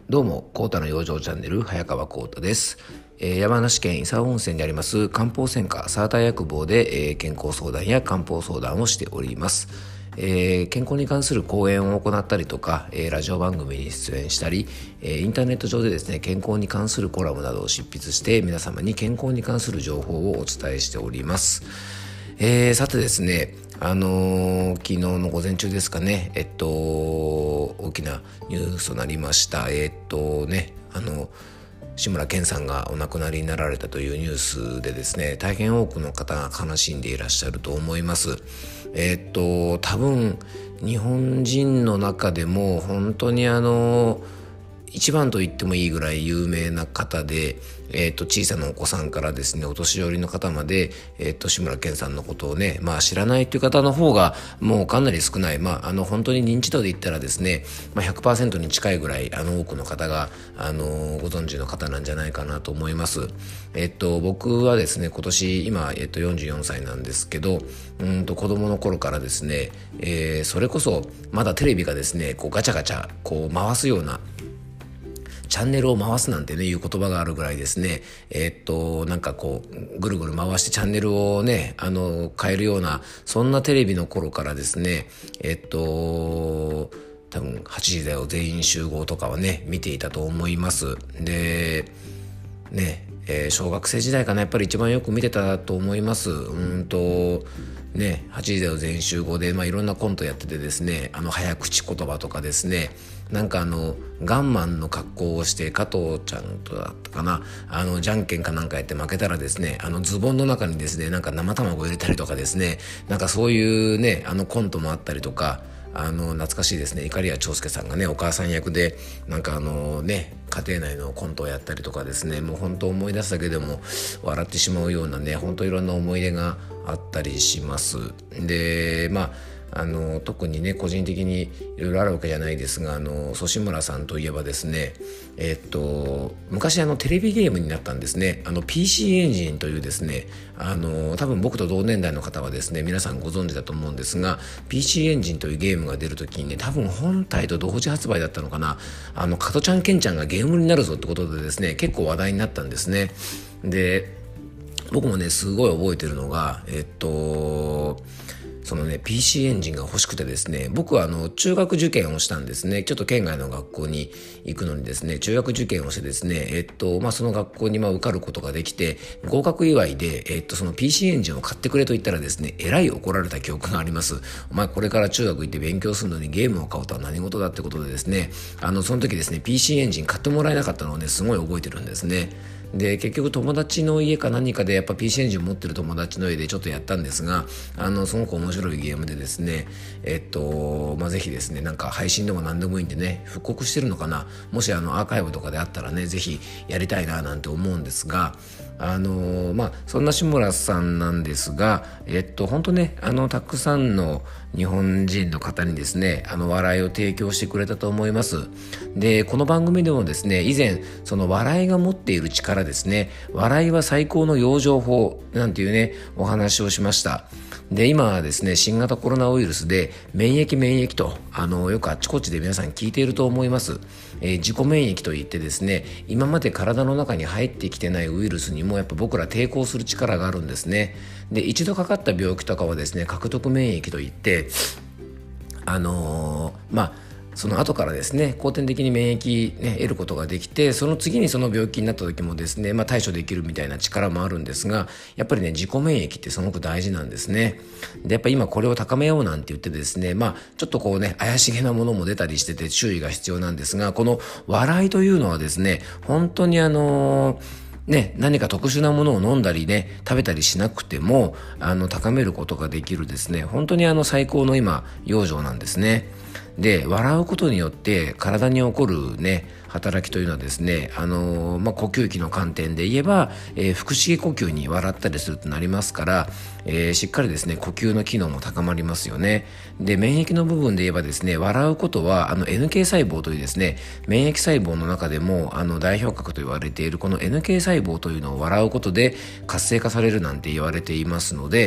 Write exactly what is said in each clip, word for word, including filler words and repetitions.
どうも、コータの養生チャンネル、早川コータです。えー、山梨県伊佐温泉にあります漢方専科サーター薬房で、えー、健康相談や漢方相談をしております。えー、健康に関する講演を行ったりとか、えー、ラジオ番組に出演したり、えー、インターネット上でですね、健康に関するコラムなどを執筆して皆様に健康に関する情報をお伝えしております。えー、さてですね、あのー、昨日の午前中ですかね、えっと大きなニュースとなりました。えっとねあの志村けんさんがお亡くなりになられたというニュースでですね、大変多くの方が悲しんでいらっしゃると思います。えっと多分日本人の中でも本当にあの一番と言ってもいいぐらい有名な方で、えー、と小さなお子さんからですね、お年寄りの方まで、えー、と志村けんさんのことをね、まあ、知らないという方の方がもうかなり少ない、まあ、あの本当に認知度で言ったらですね、まあ、ひゃくパーセント に近いぐらいあの多くの方が、あのー、ご存知の方なんじゃないかなと思います。えー、と僕はですね、今年今、えー、とよんじゅうよんさいなんですけど、うんと子供の頃からですね、えー、それこそまだテレビがですね、こうガチャガチャこう回すようなチャンネルを回すなんてねいう言葉があるぐらいですね、えー、っとなんかこうぐるぐる回してチャンネルをねあの変えるような、そんなテレビの頃からですね、えー、っと多分はちじだよ全員集合とかはね見ていたと思います。でね、えー、小学生時代かな、やっぱり一番よく見てたと思います。うんとね、はちじだよ全員集合で、まあ、いろんなコントやっててですね、あの早口言葉とかですね、なんかあのガンマンの格好をして加藤ちゃんとだったかな、あのじゃんけんかなんかやって負けたらですね、あのズボンの中にですねなんか生卵入れたりとかですね、なんかそういうねあのコントもあったりとか、あの懐かしいですね、碇谷長介さんがねお母さん役でなんかあのね家庭内のコントをやったりとかですね、もう本当思い出すだけでも笑ってしまうようなね、本当いろんな思い出があったりします。でまああの特にね個人的にいろいろあるわけじゃないですが、あの曽志村さんといえばですね、えっと昔あのテレビゲームになったんですね。あの ピーシー エンジンというですね、あの多分僕と同年代の方はですね皆さんご存知だと思うんですが、 ピーシー エンジンというゲームが出るときにね、多分本体と同時発売だったのかな、あの加トちゃんケンちゃんがゲームになるぞってことでですね結構話題になったんですね。で僕もねすごい覚えてるのが、えっとそのね ピーシー エンジンが欲しくてですね、僕はあの中学受験をしたんですね。ちょっと県外の学校に行くのにですね中学受験をしてですね、えっとまあその学校にまあ受かることができて、合格祝いでえっとその ピーシー エンジンを買ってくれと言ったらですね、えらい怒られた記憶があります。お前これから中学行って勉強するのにゲームを買うとは何事だってことでですね、あのその時ですね ピーシー エンジン買ってもらえなかったのをねすごい覚えてるんですね。で結局友達の家か何かでやっぱ ピーシー エンジンを持ってる友達の家でちょっとやったんですが、あのすごく面白いゲームでですね、えっとまあぜひですねなんか配信でも何でもいいんでね、復刻してるのかな、もしあのアーカイブとかであったらねぜひやりたいななんて思うんですが、あのまあそんな志村さんなんですが、えっと本当ねあのたくさんの日本人の方にですねあの笑いを提供してくれたと思います。でこの番組でもですね以前その笑いが持っている力ですね、笑いは最高の養生法なんていうねお話をしました。で今はですね新型コロナウイルスで免疫免疫とあのよくあっちこっちで皆さん聞いていると思います。えー、自己免疫といってですね、今まで体の中に入ってきてないウイルスにもやっぱ僕ら抵抗する力があるんですね。で一度かかった病気とかはですね獲得免疫といってあのー、まあその後からですね後天的に免疫、ね、得ることができて、その次にその病気になった時もですね、まあ、対処できるみたいな力もあるんですが、やっぱりね自己免疫ってすごく大事なんですね。でやっぱり今これを高めようなんて言ってですね、まあちょっとこうね怪しげなものも出たりしてて注意が必要なんですが、この笑いというのはですね本当にあのーね、何か特殊なものを飲んだりね食べたりしなくてもあの高めることができるですね、本当にあの最高の今養生なんですね。で笑うことによって体に起こるね働きというのはですね、あのーまあ、呼吸器の観点で言えば、えー、腹式呼吸に笑ったりするとなりますから、えー、しっかりですね呼吸の機能も高まりますよね。で免疫の部分で言えばですね、笑うことはあの エヌケー 細胞というですね免疫細胞の中でもあの代表格と言われているこの エヌケー 細胞というのを笑うことで活性化されるなんて言われていますので、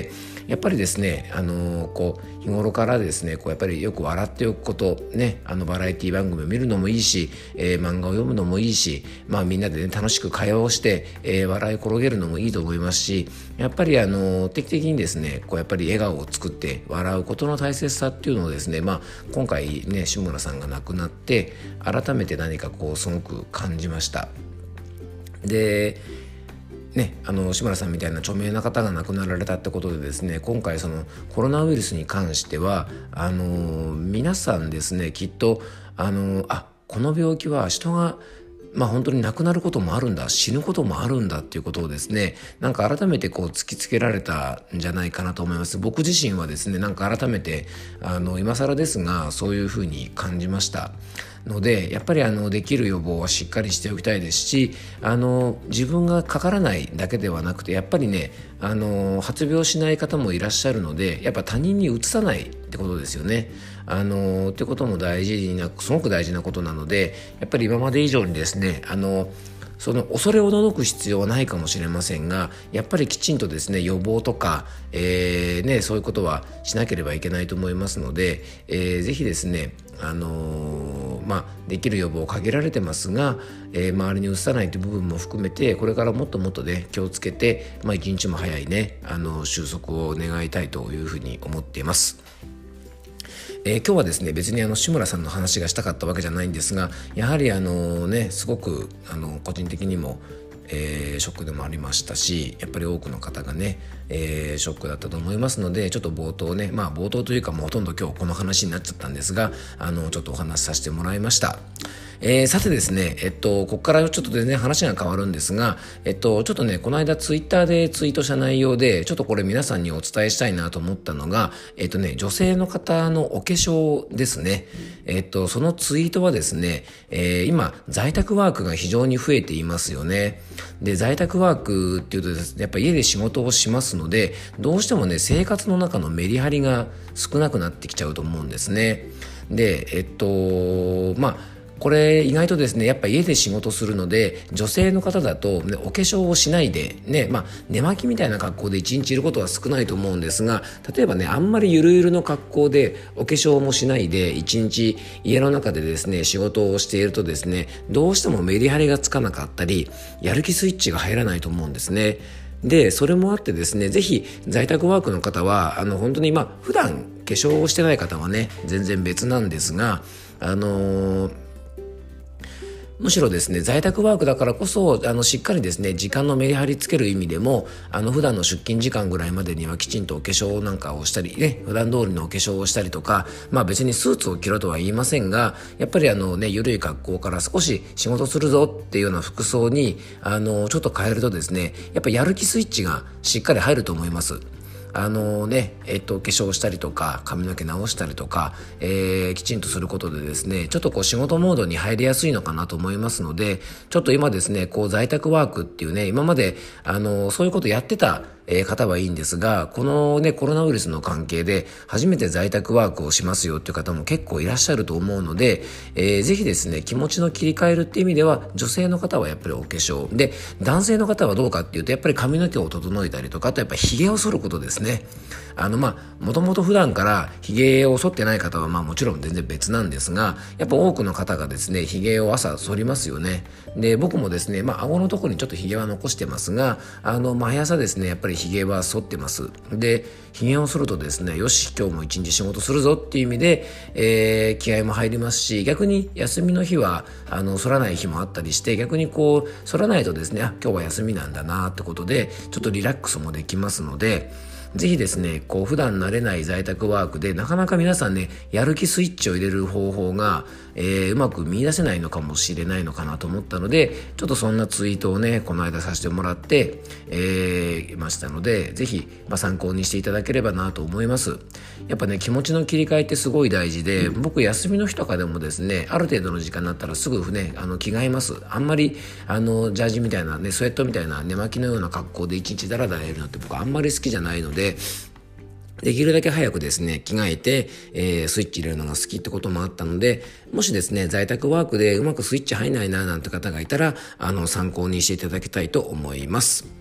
やっぱりですね、あのー、こう日頃からですねこうやっぱりよく笑っておくことね、あのバラエティ番組を見るのもいいし、えー、漫画を読むのもいいし、まあみんなでね楽しく会話をして、えー、笑い転げるのもいいと思いますし、やっぱりあのー、定期的にですねこうやっぱり笑顔を作って笑うことの大切さっていうのをですね、まあ今回ね志村さんが亡くなって改めて何かこうすごく感じました。でね、あの志村さんみたいな著名な方が亡くなられたってことでですね、今回そのコロナウイルスに関してはあの皆さんですねきっとあのあこの病気は人がまあ本当に亡くなることもあるんだ、死ぬこともあるんだっていうことをですね、なんか改めてこう突きつけられたんじゃないかなと思います。僕自身はですね、なんか改めてあの今更ですがそういうふうに感じましたので、やっぱりあのできる予防はしっかりしておきたいですし、あの自分がかからないだけではなくて、やっぱりねあの発病しない方もいらっしゃるので、やっぱ他人にうつさないってことですよね。あのってことも大事なすごく大事なことなので、やっぱり今まで以上にですねあのその恐れおののく必要はないかもしれませんが、やっぱりきちんとですね予防とか、えーね、そういうことはしなければいけないと思いますので、えー、ぜひですねあのーまあ、できる予防限られてますが、えー、周りにうつさないという部分も含めて、これからもっともっとね気をつけて、まあ、一日も早いねあの収束を願いたいというふうに思っています。えー、今日はですね別にあの志村さんの話がしたかったわけじゃないんですが、やはりあのねすごくあの個人的にもえー、ショックでもありましたし、やっぱり多くの方がね、えー、ショックだったと思いますので、ちょっと冒頭ねまあ冒頭というかもうほとんど今日この話になっちゃったんですが、あのちょっとお話しさせてもらいました。えー、さてですね、えっと、ここからちょっと全然話が変わるんですが、えっと、ちょっとね、この間ツイッターでツイートした内容で、ちょっとこれ皆さんにお伝えしたいなと思ったのが、えっとね、女性の方のお化粧ですね。えっと、そのツイートはですね、えー、今、在宅ワークが非常に増えていますよね。で、在宅ワークっていうとですね、やっぱ家で仕事をしますので、どうしてもね、生活の中のメリハリが少なくなってきちゃうと思うんですね。で、えっと、まあ、これ意外とですねやっぱ家で仕事するので、女性の方だと、ね、お化粧をしないでね、まあ寝巻きみたいな格好で一日いることは少ないと思うんですが、例えばねあんまりゆるゆるの格好でお化粧もしないで一日家の中でですね仕事をしているとですね、どうしてもメリハリがつかなかったりやる気スイッチが入らないと思うんですね。でそれもあってですね、ぜひ在宅ワークの方はあの本当にまあ普段化粧をしてない方はね全然別なんですが、あのーむしろですね在宅ワークだからこそあのしっかりですね時間のメリハリつける意味でも、あの普段の出勤時間ぐらいまでにはきちんとお化粧なんかをしたりね、普段通りのお化粧をしたりとか、まあ別にスーツを着ろとは言いませんが、やっぱりあのね緩い格好から少し仕事するぞっていうような服装にあのちょっと変えるとですね、やっぱやる気スイッチがしっかり入ると思います。あのね、えっと、化粧したりとか髪の毛直したりとか、えー、きちんとすることでですね、ちょっとこう仕事モードに入りやすいのかなと思いますので、ちょっと今ですねこう在宅ワークっていうね、今まであのそういうことやってたえー、方はいいんですが、このねコロナウイルスの関係で初めて在宅ワークをしますよっていう方も結構いらっしゃると思うので、えー、ぜひですね気持ちの切り替えるっていう意味では、女性の方はやっぱりお化粧で、男性の方はどうかっていうとやっぱり髪の毛を整えたりとか、あとやっぱり髭を剃ることですね。あのまあもともと普段から髭を剃ってない方はまあもちろん全然別なんですが、やっぱ多くの方がですね髭を朝剃りますよね。で僕もですねまあ顎のところにちょっと髭は残してますが、あの毎朝ですねやっぱり髭は剃ってます。で髭を剃るとですね、よし今日も一日仕事するぞっていう意味で、えー、気合も入りますし、逆に休みの日はあの剃らない日もあったりして、逆にこう剃らないとですね、あ今日は休みなんだなってことでちょっとリラックスもできますので、ぜひですねこう普段慣れない在宅ワークでなかなか皆さんねやる気スイッチを入れる方法が、えー、うまく見出せないのかもしれないのかなと思ったので、ちょっとそんなツイートをねこの間させてもらって、えー、いましたので、ぜひ、まあ、参考にしていただければなと思います。やっぱね気持ちの切り替えってすごい大事で、僕休みの日とかでもですねある程度の時間になったらすぐねあの着替えます。あんまりあのジャージみたいなねスウェットみたいな寝巻きのような格好で一日ダラダラやるのって僕あんまり好きじゃないので、できるだけ早くですね着替えて、えー、スイッチ入れるのが好きってこともあったので、もしですね在宅ワークでうまくスイッチ入んないななんて方がいたら、あの参考にしていただきたいと思います。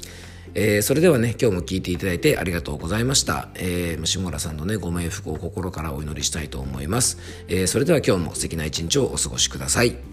えー、それではね、今日も聞いていただいてありがとうございました。えー、下村さんのね、ご冥福を心からお祈りしたいと思います。えー、それでは今日も素敵な一日をお過ごしください。